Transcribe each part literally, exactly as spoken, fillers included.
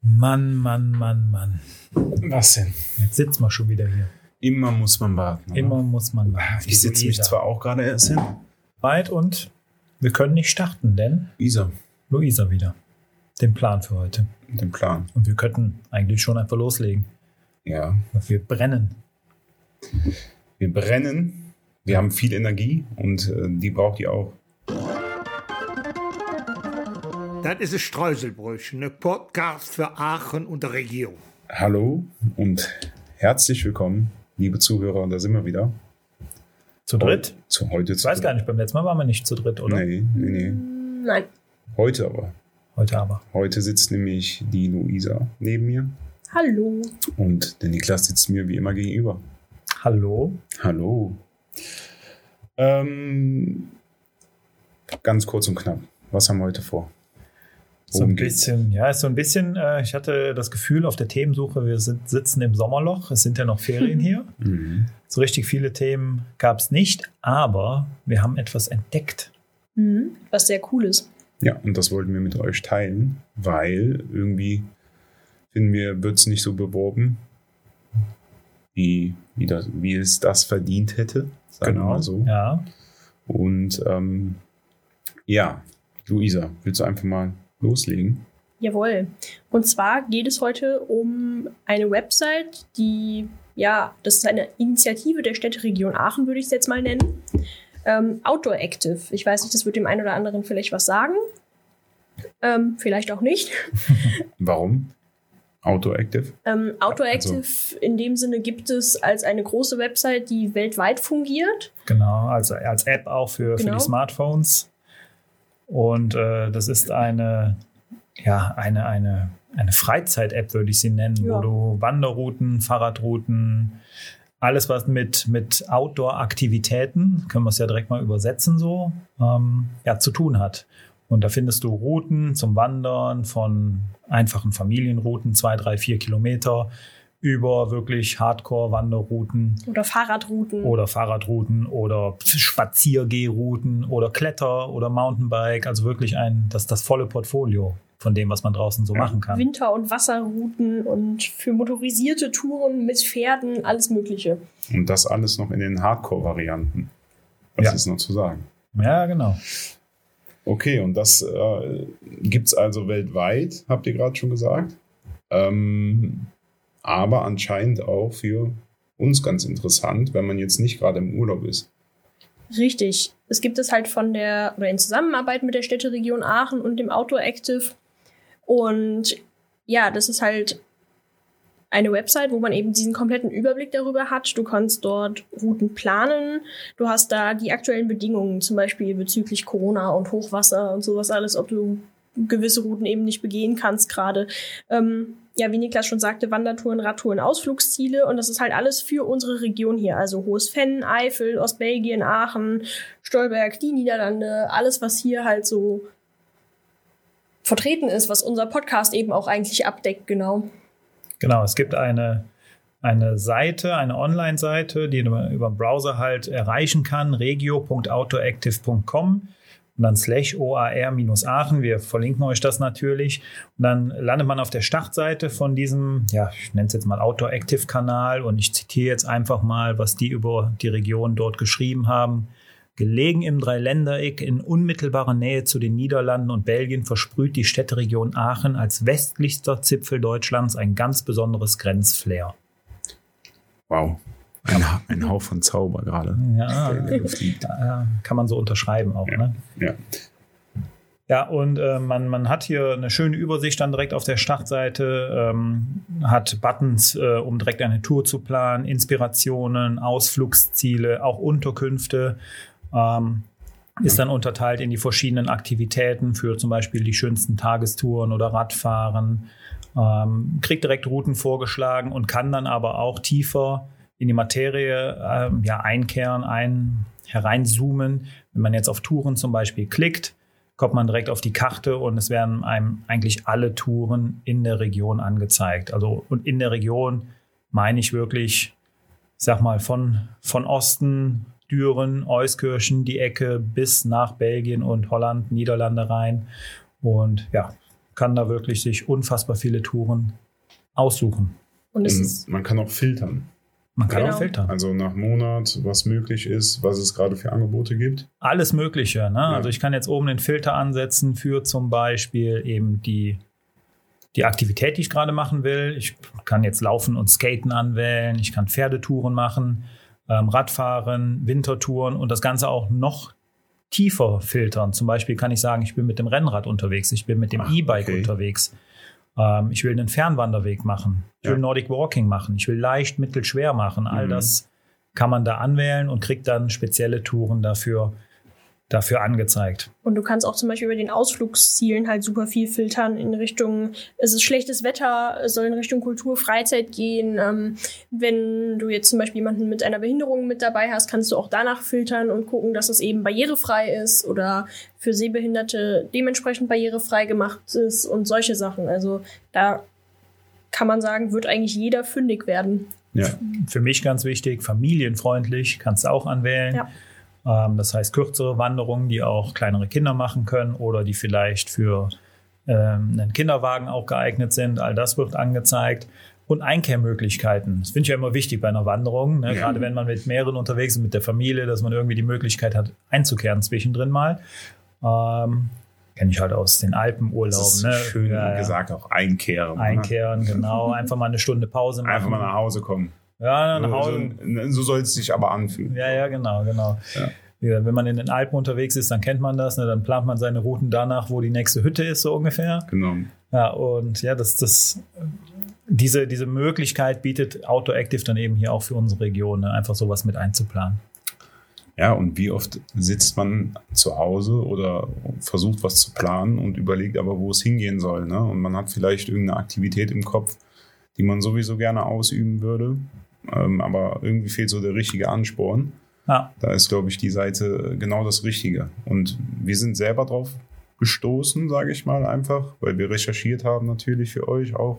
Mann, Mann, Mann, Mann. Was denn? Jetzt sitzen wir schon wieder hier. Immer muss man warten. Oder? Immer muss man warten. Ich sitze mich zwar auch gerade erst hin. Weit und wir können nicht starten, denn Isa. Luisa wieder. Den Plan für heute. Den Plan. Und wir könnten eigentlich schon einfach loslegen. Ja. Wir brennen. Wir brennen. Wir haben viel Energie und äh, die braucht ihr auch. Das ist ein Streuselbrötchen, ein Podcast für Aachen und der Region. Hallo und herzlich willkommen, liebe Zuhörer, da sind wir wieder. Zu dritt? Zu heute Ich weiß gar nicht, beim letzten Mal waren wir nicht zu dritt, oder? Nee, nee, nee. Nein. Heute aber. Heute aber. Heute sitzt nämlich die Luisa neben mir. Hallo. Und der Niklas sitzt mir wie immer gegenüber. Hallo. Hallo. Ähm, ganz kurz und knapp. Was haben wir heute vor? So ein bisschen, ja, ist so ein bisschen, äh, ich hatte das Gefühl auf der Themensuche, wir sind, sitzen im Sommerloch, es sind ja noch Ferien hier. Mhm. So richtig viele Themen gab es nicht, aber wir haben etwas entdeckt. Mhm. Was sehr cool ist. Ja, und das wollten wir mit euch teilen, weil irgendwie, finden wir, wird es nicht so beworben, wie, wie, das, wie es das verdient hätte, sagen wir mal so. Ja. Und ähm, ja, Luisa, willst du einfach mal loslegen? Jawohl. Und zwar geht es heute um eine Website, die, ja, das ist eine Initiative der Städteregion Aachen, würde ich es jetzt mal nennen. Ähm, Outdoor Active. Ich weiß nicht, das wird dem einen oder anderen vielleicht was sagen. Ähm, vielleicht auch nicht. Warum? Outdoor Active? Ähm, Outdoor Active Also. in dem Sinne gibt es als eine große Website, die weltweit fungiert. Genau, also als App auch für, Genau. für die Smartphones. Und äh, das ist eine, ja, eine, eine, eine Freizeit-App, würde ich sie nennen, Ja. wo du Wanderrouten, Fahrradrouten, alles was mit, mit Outdoor-Aktivitäten, können wir es ja direkt mal übersetzen so, ähm, ja, zu tun hat. Und da findest du Routen zum Wandern von einfachen Familienrouten, zwei, drei, vier Kilometer, über wirklich Hardcore-Wanderrouten. Oder Fahrradrouten. Oder Fahrradrouten oder Spaziergehrouten oder Kletter oder Mountainbike. Also wirklich ein, das, das volle Portfolio von dem, was man draußen so machen kann. Winter- und Wasserrouten und für motorisierte Touren mit Pferden, alles Mögliche. Und das alles noch in den Hardcore-Varianten. Was Ja. ist noch zu sagen? Ja, genau. Okay, und das äh, gibt es also weltweit, habt ihr gerade schon gesagt. Ähm, aber anscheinend auch für uns ganz interessant, wenn man jetzt nicht gerade im Urlaub ist. Richtig. Es gibt es halt von der, oder in Zusammenarbeit mit der Städteregion Aachen und dem Outdoor Active. Und ja, das ist halt eine Website, wo man eben diesen kompletten Überblick darüber hat. Du kannst dort Routen planen. Du hast da die aktuellen Bedingungen, zum Beispiel bezüglich Corona und Hochwasser und sowas alles, ob du gewisse Routen eben nicht begehen kannst gerade. Ähm, ja, wie Niklas schon sagte, Wandertouren, Radtouren, Ausflugsziele. Und das ist halt alles für unsere Region hier. Also Hohes-Venn, Eifel, Ostbelgien, Aachen, Stolberg, die Niederlande. Alles, was hier halt so vertreten ist, was unser Podcast eben auch eigentlich abdeckt, genau. Genau, es gibt eine, eine Seite, eine Online-Seite, die man über den Browser halt erreichen kann, regio punkt outdooractive punkt com und dann slash O A R minus Aachen. Wir verlinken euch das natürlich. Und dann landet man auf der Startseite von diesem, ja, ich nenne es jetzt mal Outdoor Active Kanal und ich zitiere jetzt einfach mal, was die über die Region dort geschrieben haben. Gelegen im Dreiländereck in unmittelbarer Nähe zu den Niederlanden und Belgien versprüht die Städteregion Aachen als westlichster Zipfel Deutschlands ein ganz besonderes Grenzflair. Wow. Ein, ein Hauch von Zauber gerade. Ja, Der in der Luft liegt. da kann man so unterschreiben auch. Ja. Ne? Ja. Ja, und äh, man, man hat hier eine schöne Übersicht dann direkt auf der Startseite, ähm, hat Buttons, äh, um direkt eine Tour zu planen, Inspirationen, Ausflugsziele, auch Unterkünfte. Ähm, ist dann unterteilt in die verschiedenen Aktivitäten für zum Beispiel die schönsten Tagestouren oder Radfahren, ähm, kriegt direkt Routen vorgeschlagen und kann dann aber auch tiefer in die Materie ähm, ja, einkehren, ein, hereinzoomen. Wenn man jetzt auf Touren zum Beispiel klickt, kommt man direkt auf die Karte und es werden einem eigentlich alle Touren in der Region angezeigt. Also und in der Region meine ich wirklich, ich sag mal, von, von Osten, Düren, Euskirchen, die Ecke bis nach Belgien und Holland, Niederlande rein. Und ja, kann da wirklich sich unfassbar viele Touren aussuchen. Und es Und ist, man kann auch filtern. Man kann Genau. auch filtern. Also nach Monat, was möglich ist, was es gerade für Angebote gibt. Alles Mögliche. Ne? Ja. Also ich kann jetzt oben den Filter ansetzen für zum Beispiel eben die, die Aktivität, die ich gerade machen will. Ich kann jetzt Laufen und Skaten anwählen. Ich kann Pferdetouren machen, ähm, Radfahren, Wintertouren und das Ganze auch noch tiefer filtern. Zum Beispiel kann ich sagen, ich bin mit dem Rennrad unterwegs, ich bin mit dem Ach, E-Bike okay. unterwegs. Ähm, ich will einen Fernwanderweg machen. Ich Ja. will Nordic Walking machen. Ich will leicht, mittel, schwer machen. All Mhm. das kann man da anwählen und kriegt dann spezielle Touren dafür, dafür angezeigt. und du kannst auch zum Beispiel über den Ausflugszielen halt super viel filtern in Richtung, es ist schlechtes Wetter, es soll in Richtung Kultur, Freizeit gehen. Ähm, wenn du jetzt zum Beispiel jemanden mit einer Behinderung mit dabei hast, kannst du auch danach filtern und gucken, dass es eben barrierefrei ist oder für Sehbehinderte dementsprechend barrierefrei gemacht ist und solche Sachen. Also da kann man sagen, wird eigentlich jeder fündig werden. Ja. Für mich ganz wichtig, familienfreundlich, kannst du auch anwählen. Ja. Ähm, das heißt kürzere Wanderungen, die auch kleinere Kinder machen können oder die vielleicht für ähm, einen Kinderwagen auch geeignet sind. All das wird angezeigt. Und Einkehrmöglichkeiten. Das finde ich ja immer wichtig bei einer Wanderung. Ne? Ja. Gerade wenn man mit mehreren unterwegs ist, mit der Familie, dass man irgendwie die Möglichkeit hat, einzukehren zwischendrin mal. Ähm, Kenne ich halt aus den Alpenurlauben. Das ist Ne? schön Ja, ja. gesagt, auch einkehren. ne? Einkehren, genau. Einfach mal eine Stunde Pause machen. Einfach mal nach Hause kommen. Ja, nach Hause. So, so soll es sich aber anfühlen. Ja, ja, genau, genau. Ja. Wie gesagt, wenn man in den Alpen unterwegs ist, dann kennt man das. Ne? Dann plant man seine Routen danach, wo die nächste Hütte ist, so ungefähr. Genau. Ja, und ja, das, das, diese, diese Möglichkeit bietet Outdoor Active dann eben hier auch für unsere Region, ne? Einfach sowas mit einzuplanen. Ja, und wie oft sitzt man zu Hause oder versucht was zu planen und überlegt aber, wo es hingehen soll. Ne? Und man hat vielleicht irgendeine Aktivität im Kopf, die man sowieso gerne ausüben würde. Ähm, aber irgendwie fehlt so der richtige Ansporn. Ja, Da ist, glaube ich, die Seite genau das Richtige. Und wir sind selber drauf gestoßen, sage ich mal einfach, weil wir recherchiert haben natürlich für euch auch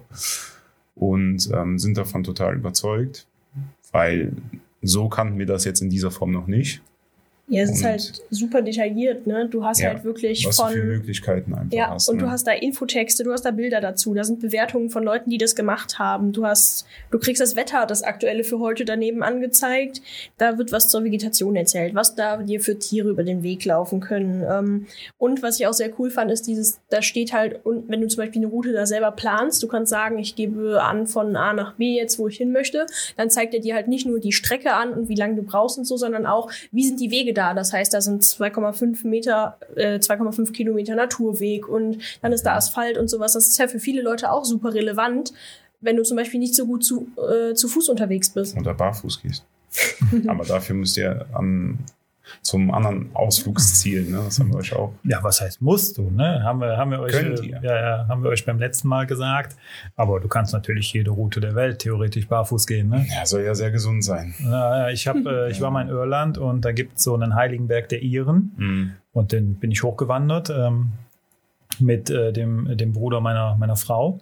und ähm, sind davon total überzeugt, weil so kannten wir das jetzt in dieser Form noch nicht. Ja, es ist Und- halt super detailliert, ne? Du hast Ja, halt wirklich Was du für von. Möglichkeiten einfach Ja, hast. und ne? du hast da Infotexte, du hast da Bilder dazu, da sind Bewertungen von Leuten, die das gemacht haben. Du hast, du kriegst das Wetter, das aktuelle für heute daneben angezeigt. Da wird was zur Vegetation erzählt, was da dir für Tiere über den Weg laufen können. Ähm, Und was ich auch sehr cool fand, ist dieses, da steht halt, und wenn du zum Beispiel eine Route da selber planst, du kannst sagen, ich gebe an von A nach B jetzt, wo ich hin möchte, dann zeigt er dir halt nicht nur die Strecke an und wie lange du brauchst und so, sondern auch, wie sind die Wege da. Das heißt, da sind zwei Komma fünf Meter, äh, zwei Komma fünf Kilometer Naturweg und dann ist da Asphalt und sowas. Das ist ja für viele Leute auch super relevant, wenn du zum Beispiel nicht so gut zu, äh, zu Fuß unterwegs bist. Oder barfuß gehst. Aber dafür müsst ihr an, zum anderen Ausflugsziel, ne? Das haben wir euch auch. ja, was heißt musst du? Ne? Haben wir, haben wir euch, Könnt äh, ihr. ja, ja, haben wir euch beim letzten Mal gesagt. Aber du kannst natürlich jede Route der Welt theoretisch barfuß gehen. Ne? Ja, soll ja sehr gesund sein. Ja, ja, ich hab, äh, ich war mal in Irland und da gibt es so einen Heiligenberg der Iren. Mhm. Und den bin ich hochgewandert ähm, mit äh, dem, dem Bruder meiner, meiner Frau.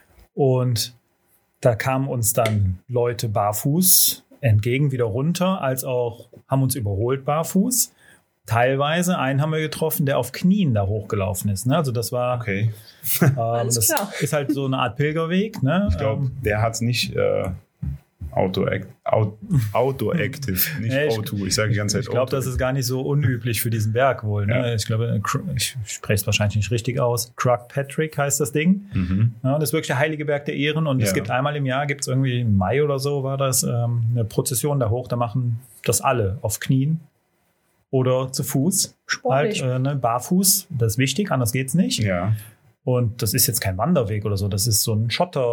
Und da kamen uns dann Leute barfuß entgegen, wieder runter, als auch haben uns überholt barfuß. Teilweise einen haben wir getroffen, der auf Knien da hochgelaufen ist. Ne? Also das war, Okay. ähm, Alles das klar. ist halt so eine Art Pilgerweg. Ne? Ich glaube, Ähm, der hat nicht äh, Outdoor, Act, Out, Outdoor Active, nicht Ja, ich- O zwei. Ich sage die ganze Zeit Ich glaube, Outdoor. das ist gar nicht so unüblich für diesen Berg wohl. Ne? Ja. Ich glaube, Cr- ich spreche es wahrscheinlich nicht richtig aus. Kirkpatrick heißt das Ding. Mhm. Ja, das ist wirklich der heilige Berg der Ehren. Und es Ja. gibt einmal im Jahr, gibt es irgendwie im Mai oder so, war das ähm, eine Prozession da hoch. Da machen das alle auf Knien oder zu Fuß. Sportlich. Halt, äh, ne, barfuß, das ist wichtig, anders geht's nicht. Ja, Und das ist jetzt kein Wanderweg oder so, das ist so ein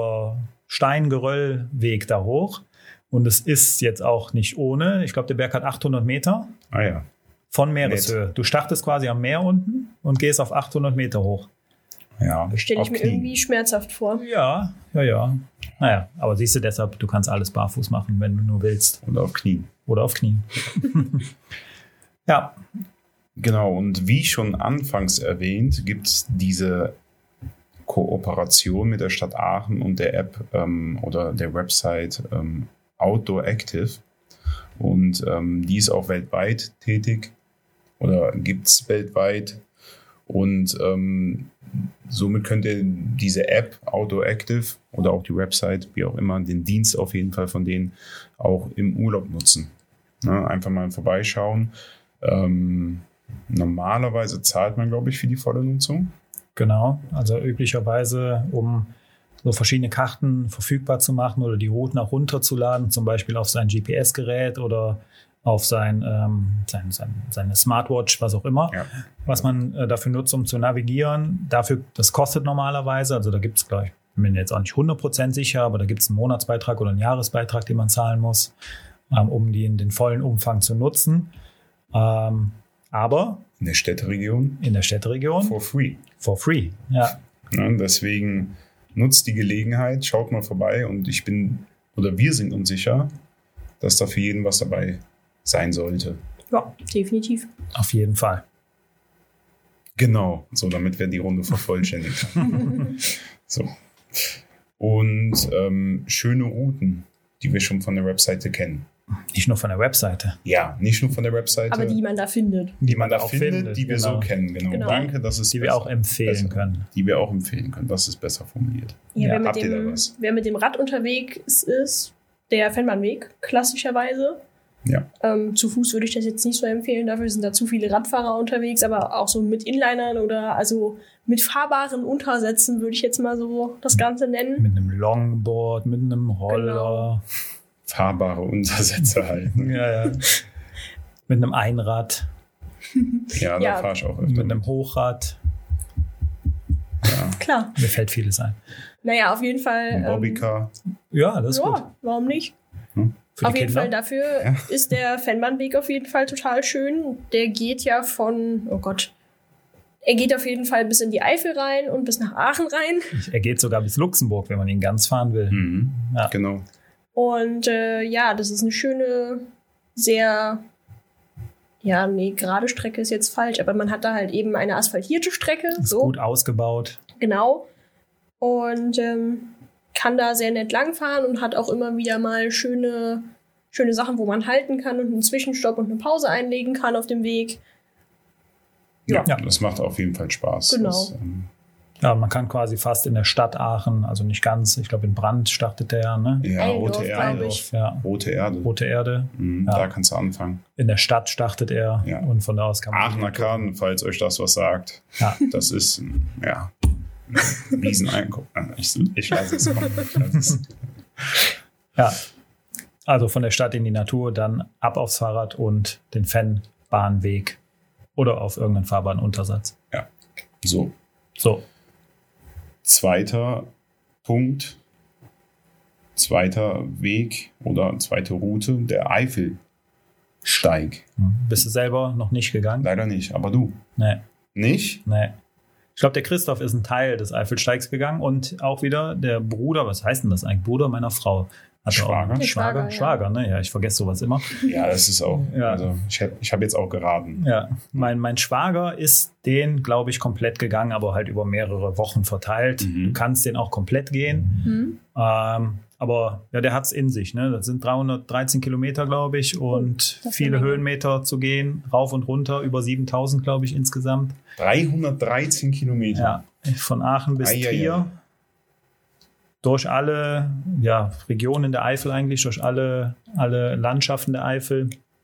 Schotter-Steingeröllweg da hoch. Und es ist jetzt auch nicht ohne. Ich glaube, der Berg hat achthundert Meter ah ja. von Meereshöhe. Du startest quasi am Meer unten und gehst auf achthundert Meter hoch. Ja, Stelle ich auf mir Knien. irgendwie schmerzhaft vor. Ja, ja, ja. Naja, aber siehst du deshalb, du kannst alles barfuß machen, wenn du nur willst. Und auf Knien. Oder auf Knien. Ja, Genau, und wie schon anfangs erwähnt, gibt es diese Kooperation mit der Stadt Aachen und der App ähm, oder der Website ähm, Outdoor Active. Und ähm, die ist auch weltweit tätig oder gibt es weltweit. Und ähm, somit könnt ihr diese App AutoActive oder auch die Website, wie auch immer, den Dienst auf jeden Fall von denen auch im Urlaub nutzen. Ne, einfach mal vorbeischauen. Ähm, normalerweise zahlt man, glaube ich, für die volle Nutzung. Genau, also üblicherweise, um so verschiedene Karten verfügbar zu machen oder die Routen auch runterzuladen, zum Beispiel auf sein G P S-Gerät oder auf sein, ähm, sein, sein, seine Smartwatch, was auch immer, Ja. was man äh, dafür nutzt, um zu navigieren. Dafür, das kostet normalerweise, also da gibt es gleich, ich bin jetzt auch nicht hundert Prozent sicher, aber da gibt es einen Monatsbeitrag oder einen Jahresbeitrag, den man zahlen muss, ähm, um die in den vollen Umfang zu nutzen. Ähm, aber In der Städteregion in der Städteregion for free. for free, ja. Ne, deswegen nutzt die Gelegenheit, schaut mal vorbei und ich bin, oder wir sind uns sicher, dass da für jeden was dabei sein sollte. Ja, definitiv. Auf jeden Fall. Genau, so damit wir die Runde vervollständigen. So. Und ähm, schöne Routen, die wir schon von der Webseite kennen. Nicht nur von der Webseite. Ja, nicht nur von der Webseite, Aber die man da findet. die man da auch findet, findet, die wir genau. so kennen. Genau. Genau. Danke, das ist Die wir besser. auch empfehlen besser. können. Die wir auch empfehlen können. Das ist besser formuliert. Ja, Ja, wer, mit habt ihr da dem, was? wer mit dem Rad unterwegs ist, der Fennbahnweg, klassischerweise. Ja. Ähm, zu Fuß würde ich das jetzt nicht so empfehlen, dafür sind da zu viele Radfahrer unterwegs, aber auch so mit Inlinern oder also mit fahrbaren Untersätzen würde ich jetzt mal so das Ganze nennen. Mit einem Longboard, mit einem Roller. Fahrbare Untersätze halt. Ne? Ja, ja. Mit einem Einrad, Ja, da Ja. fahre ich auch öfter. mit einem Hochrad. Ja. Klar. Mir fällt vieles ein. Naja, auf jeden Fall. Ein Bobbycar. Ja, das ist gut. Ja, warum nicht? Für Auf die jeden Kinder. Fall dafür Ja. ist der Fennbahnweg auf jeden Fall total schön. Der geht ja von, oh Gott, er geht auf jeden Fall bis in die Eifel rein und bis nach Aachen rein. Er geht sogar bis Luxemburg, wenn man ihn ganz fahren will. Mhm. Ja. Genau. Und äh, ja, das ist eine schöne, sehr, ja, nee, gerade Strecke ist jetzt falsch, aber man hat da halt eben eine asphaltierte Strecke. Ist So, gut ausgebaut. genau. Und ähm, kann da sehr nett langfahren und hat auch immer wieder mal schöne, schöne Sachen, wo man halten kann und einen Zwischenstopp und eine Pause einlegen kann auf dem Weg. Ja, Ja. das macht auf jeden Fall Spaß. Genau. Das, ähm, Ja, man kann quasi fast in der Stadt Aachen, also nicht ganz, ich glaube in Brand startet der, ne? ja, Eildorf, Rote glaub Erde. ich. Ja, Rote Erde. Rote Erde. Mhm, Ja. Da kannst du anfangen. In der Stadt startet er Ja. und von da aus kann man. Aachener Kahn, falls euch das was sagt. Ja. Das ist, ein, ja, ein Rieseneinkauf. Ich, ich lasse es kommen. Ich lasse es. Ja, also von der Stadt in die Natur, dann ab aufs Fahrrad und den Fennbahnweg oder auf irgendeinen Fahrbahnuntersatz. So, So, zweiter Punkt, zweiter Weg oder zweite Route, der Eifelsteig. bist du selber noch nicht gegangen? Leider nicht, aber du. Nee, Nicht? nee. Ich glaube, der Christoph ist ein Teil des Eifelsteigs gegangen und auch wieder der Bruder, was heißt denn das eigentlich? Bruder meiner Frau. Hat er Schwager? Auch, Der Schwager, Schwager, ja. Schwager, ne? Ja, ich vergesse sowas immer. Ja, das ist auch, Ja. also ich habe ich hab jetzt auch geraten. Ja, mein, mein Schwager ist den, glaube ich, komplett gegangen, aber halt über mehrere Wochen verteilt. Mhm. Du kannst den auch komplett gehen. Hm? Ähm, aber ja, der hat es in sich. Ne? Das sind dreihundertdreizehn Kilometer, glaube ich, und Das ist viele eine Menge. Höhenmeter zu gehen, rauf und runter, über siebentausend, glaube ich, insgesamt. dreihundertdreizehn Kilometer. Ja, von Aachen bis Ei, ei, Trier. ei. Durch alle ja, Regionen der Eifel eigentlich, durch alle, alle Landschaften der Eifel.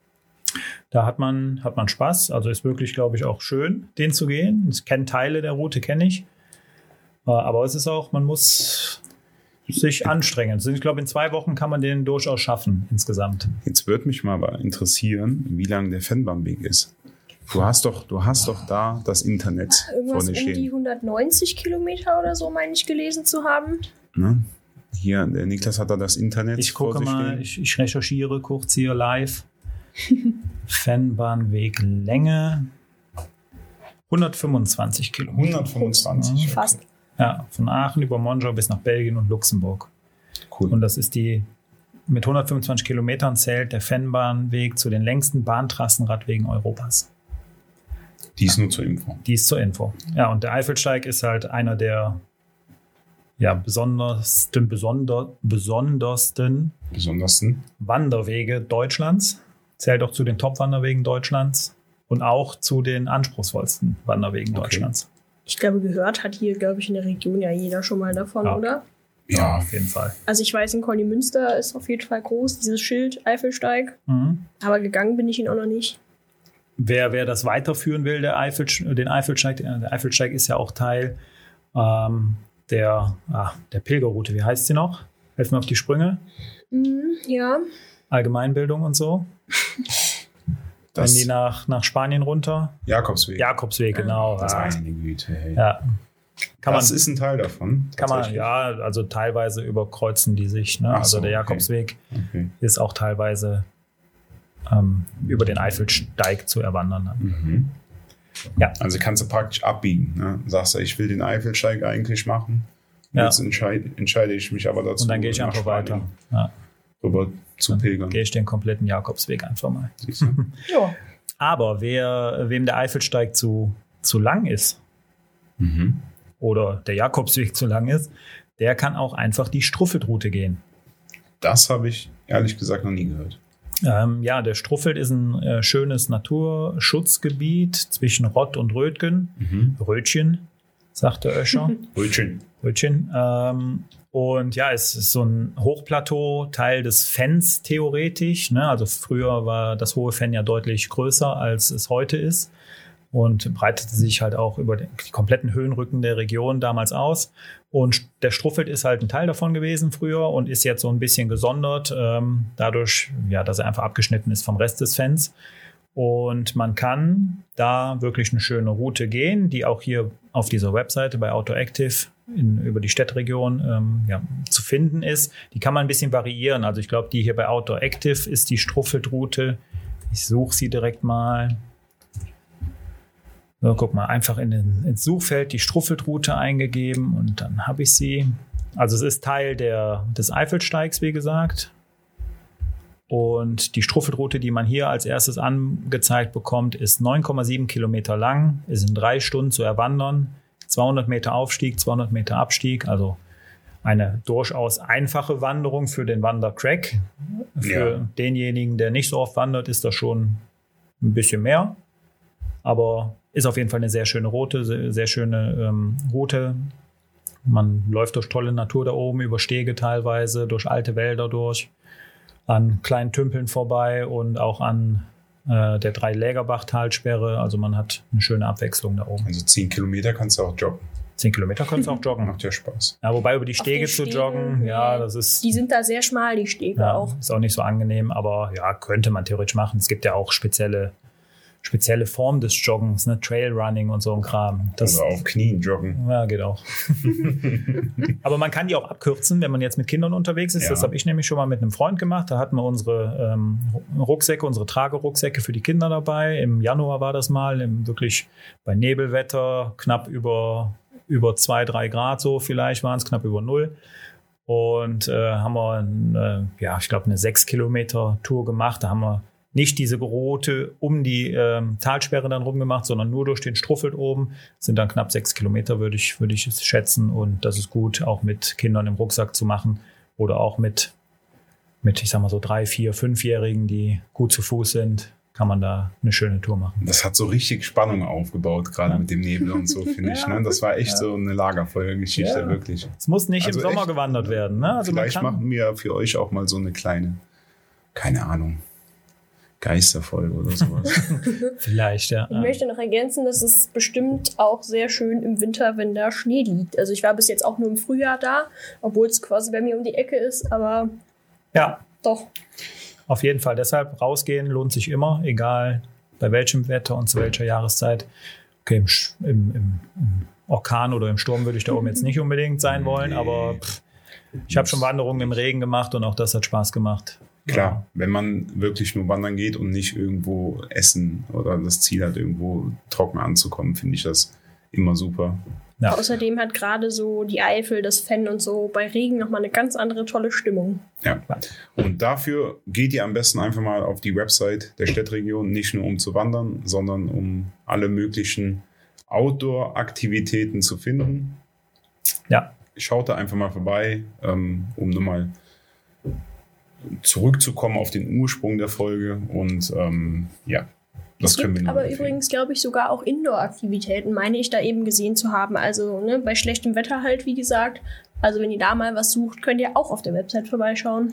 Da hat man, hat man Spaß. Also ist wirklich, glaube ich, auch schön, den zu gehen. Ich kenne Teile der Route, kenne ich. Äh, Aber es ist auch, man muss sich anstrengen. Ich glaube, in zwei Wochen kann man den durchaus schaffen, insgesamt. Jetzt würde mich mal aber interessieren, wie lang der Fennbahnweg ist. Du hast doch, du hast doch da das Internet Irgendwas vor um dir die stehen. hundertneunzig Kilometer oder so, meine ich, gelesen zu haben. Ne? Hier, der Niklas hat da das Internet Ich vor gucke sich mal, stehen. ich, ich recherchiere kurz hier live. Fennbahnweg Länge hundertfünfundzwanzig Kilometer. hundertfünfundzwanzig. Ja. Fast. Ja, von Aachen über Monschau bis nach Belgien und Luxemburg. Cool. Und das ist die, mit hundertfünfundzwanzig Kilometern zählt der Fennbahnweg zu den längsten Bahntrassenradwegen Europas. Dies nur zur Info. Dies zur Info. Ja, und der Eifelsteig ist halt einer der ja, besondersten, besonder, besondersten Besondersten. Wanderwege Deutschlands. Zählt auch zu den Top-Wanderwegen Deutschlands. und auch zu den anspruchsvollsten Wanderwegen Okay. Deutschlands. Ich glaube, gehört hat hier, glaube ich, in der Region ja jeder schon mal davon, Ja. oder? Ja, auf jeden Fall. Also ich weiß, in Kornemünster ist auf jeden Fall groß, dieses Schild Eifelsteig. Mhm. Aber gegangen bin ich ihn auch noch nicht. Wer, wer das weiterführen will, der Eifel, den Eifelsteig, der Eifelsteig ist ja auch Teil ähm, der, ah, der Pilgerroute. Wie heißt sie noch? Helfen mir auf die Sprünge. Mhm, ja. Allgemeinbildung und so. Das Wenn die nach, nach Spanien runter. Jakobsweg. Jakobsweg, genau. Das Ja. meine Güte, hey. Ja. Kann man, das ist ein Teil davon. kann man, tatsächlich. ja, also teilweise überkreuzen die sich. Ne? Ach Also so, der okay. Jakobsweg Okay. ist auch teilweise ähm, über den Eifelsteig zu erwandern. Mhm. Ja. Also kannst du praktisch abbiegen. Ne? Sagst du, ich will den Eifelsteig eigentlich machen. Und Ja. Jetzt entscheide, entscheide ich mich aber dazu, Und dann gehe ich nach einfach weiter. Spanien Ja. rüber zu Dann pilgern. gehe ich den kompletten Jakobsweg einfach mal. Siehst du? Ja. Aber wer, wem der Eifelsteig zu, zu lang ist Mhm. oder der Jakobsweg zu lang ist, der kann auch einfach die Struffeldroute gehen. Das habe ich ehrlich gesagt noch nie gehört. Ähm, ja, der Struffelt ist ein äh, schönes Naturschutzgebiet zwischen Rott und Rötgen. Mhm. Rötchen, sagt der Öscher. Rötchen. Rötchen. Ähm, und ja, es ist so ein Hochplateau, Teil des Fenns theoretisch. Ne? Also früher war das hohe Fenn ja deutlich größer, als es heute ist. Und breitete sich halt auch über die kompletten Höhenrücken der Region damals aus. Und der Struffelt ist halt ein Teil davon gewesen früher und ist jetzt so ein bisschen gesondert, ähm, dadurch, ja, dass er einfach abgeschnitten ist vom Rest des Fenns. Und man kann da wirklich eine schöne Route gehen, die auch hier auf dieser Webseite bei AutoActive in, über die Städteregion ähm, ja, zu finden ist. Die kann man ein bisschen variieren. Also ich glaube, die hier bei AutoActive ist die Struffeldroute. Ich suche sie direkt mal. So, guck mal, einfach in den, ins Suchfeld die Struffeldroute eingegeben und dann habe ich sie. Also es ist Teil der, des Eifelsteigs, wie gesagt. Und die Struffeldroute, die man hier als erstes angezeigt bekommt, ist neun Komma sieben Kilometer lang, ist in drei Stunden zu erwandern, zweihundert Meter Aufstieg, zweihundert Meter Abstieg, also eine durchaus einfache Wanderung für den Wandercrack. Für Ja. denjenigen, der nicht so oft wandert, ist das schon ein bisschen mehr. Aber ist auf jeden Fall eine sehr schöne Route, sehr, sehr schöne ähm, Route. Man läuft durch tolle Natur da oben, über Stege teilweise, durch alte Wälder durch, an kleinen Tümpeln vorbei und auch an äh, der Drei-Lägerbach-Talsperre. Also man hat eine schöne Abwechslung da oben. Also zehn Kilometer kannst du auch joggen. Zehn Kilometer kannst du auch joggen. Macht ja Spaß. Ja, wobei über die Auf Stege die zu Stege, joggen, nee. ja, das ist, Die sind da sehr schmal, die Stege ja, auch. ist auch nicht so angenehm, aber ja, könnte man theoretisch machen. Es gibt ja auch spezielle spezielle Form des Joggens, ne? Trailrunning und so ein Kram. Das, Also auf Knien joggen. ja, geht auch. Aber man kann die auch abkürzen, wenn man jetzt mit Kindern unterwegs ist. Ja. Das habe ich nämlich schon mal mit einem Freund gemacht. Da hatten wir unsere ähm, Rucksäcke, unsere Tragerucksäcke für die Kinder dabei. Im Januar war das mal, im wirklich bei Nebelwetter, knapp über, über zwei, drei Grad so vielleicht waren es, knapp über null. Und äh, haben wir, eine, ja, ich glaube, eine sechs Kilometer Tour gemacht. Da haben wir nicht diese Route um die ähm, Talsperre dann rumgemacht, sondern nur durch den Struffelt oben. Das sind dann knapp sechs Kilometer, würde ich, würde ich es schätzen. Und das ist gut, auch mit Kindern im Rucksack zu machen oder auch mit, mit ich sag mal so drei, vier, fünfjährigen, die gut zu Fuß sind, kann man da eine schöne Tour machen. Das hat so richtig Spannung aufgebaut, gerade Ja. mit dem Nebel und so, finde ich. Ja. Ne? Das war echt Ja. so eine Lagerfeuergeschichte, Ja. wirklich. Es muss nicht Also im Sommer echt, gewandert werden. Ne? Also man Vielleicht kann, machen wir für euch auch mal so eine kleine, keine Ahnung, Geisterfolge oder sowas. vielleicht, ja. Ich möchte noch ergänzen, dass es bestimmt auch sehr schön im Winter, wenn da Schnee liegt. Also ich war bis jetzt auch nur im Frühjahr da, obwohl es quasi bei mir um die Ecke ist, aber Ja, doch. auf jeden Fall. Deshalb rausgehen lohnt sich immer, egal bei welchem Wetter und zu welcher Jahreszeit. Okay, im, Sch- im, im, im Orkan oder im Sturm würde ich da oben jetzt nicht unbedingt sein wollen, Nee. aber pff, ich habe schon Wanderungen im Regen gemacht und auch das hat Spaß gemacht. Klar, wenn man wirklich nur wandern geht und nicht irgendwo essen oder das Ziel hat, irgendwo trocken anzukommen, finde ich das immer super. Ja. Außerdem hat gerade so die Eifel, das Fenn und so bei Regen nochmal eine ganz andere tolle Stimmung. Ja. Und dafür geht ihr am besten einfach mal auf die Website der Städteregion, nicht nur um zu wandern, sondern um alle möglichen Outdoor-Aktivitäten zu finden. Ja. Schaut da einfach mal vorbei, ähm, um nochmal zurückzukommen auf den Ursprung der Folge. Und ähm, ja, Das es können gibt wir nur aber empfehlen. übrigens, glaube ich, sogar auch Indoor-Aktivitäten, meine ich da eben gesehen zu haben. Also ne, bei schlechtem Wetter halt, wie gesagt. Also wenn ihr da mal was sucht, könnt ihr auch auf der Website vorbeischauen.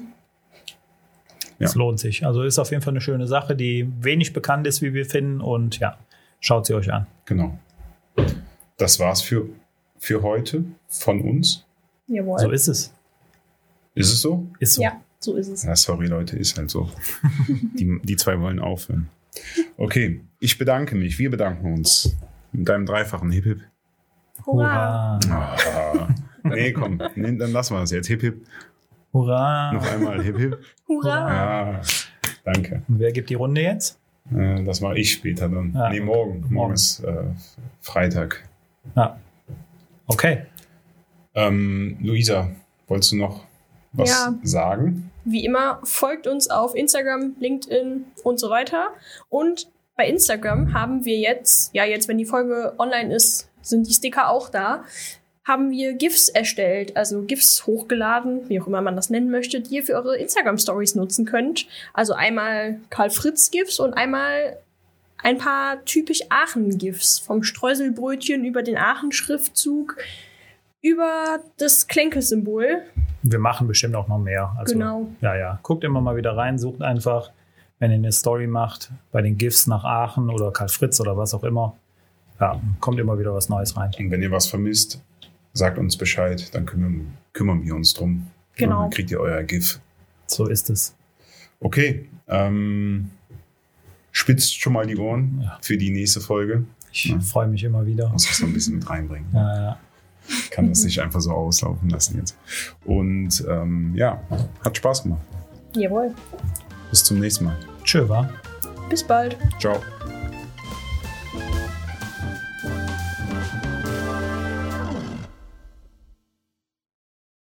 Ja. Es lohnt sich. Also ist auf jeden Fall eine schöne Sache, die wenig bekannt ist, wie wir finden. Und ja, schaut sie euch an. Genau. Das war's für, für heute von uns. Jawohl. So ist es. Ist es so? Ist so. Ja, so ist es. Ja, sorry, Leute, ist halt so. die, die zwei wollen aufhören. Okay, ich bedanke mich. Wir bedanken uns mit deinem dreifachen Hip Hip. Hurra! Ah, nee, komm, nee, dann lassen wir das jetzt. Hip Hip. Hurra! Noch einmal Hip Hip. Hurra! Ja, danke. Und wer gibt die Runde jetzt? Äh, das mache ich später dann. Ja. Nee, morgen. Morgen, Morgen. ist äh, Freitag. Ja. Okay. Ähm, Luisa, wolltest du noch was Ja. sagen? Wie immer, folgt uns auf Instagram, LinkedIn und so weiter. Und bei Instagram haben wir jetzt, ja jetzt, wenn die Folge online ist, sind die Sticker auch da, haben wir GIFs erstellt, also GIFs hochgeladen, wie auch immer man das nennen möchte, die ihr für eure Instagram-Stories nutzen könnt. Also einmal Karl-Fritz-GIFs und einmal ein paar typisch Aachen-GIFs. Vom Streuselbrötchen über den Aachen-Schriftzug über das Klenke-Symbol. Wir machen bestimmt auch noch mehr. Also, Genau. Ja, ja. Guckt immer mal wieder rein, sucht einfach, wenn ihr eine Story macht, bei den GIFs nach Aachen oder Karl Fritz oder was auch immer. Ja, kommt immer wieder was Neues rein. Und wenn ihr was vermisst, sagt uns Bescheid, dann kümmern, kümmern wir uns drum. Genau. Und dann kriegt ihr euer GIF. So ist es. Okay, ähm, spitzt schon mal die Ohren Ja. für die nächste Folge. Ich Ja. freue mich immer wieder. Muss das so ein bisschen mit reinbringen. Ja, ja. Kann das nicht einfach so auslaufen lassen jetzt. Und ähm, ja, hat Spaß gemacht. Jawohl. Bis zum nächsten Mal. Tschö, wa? Bis bald. Ciao.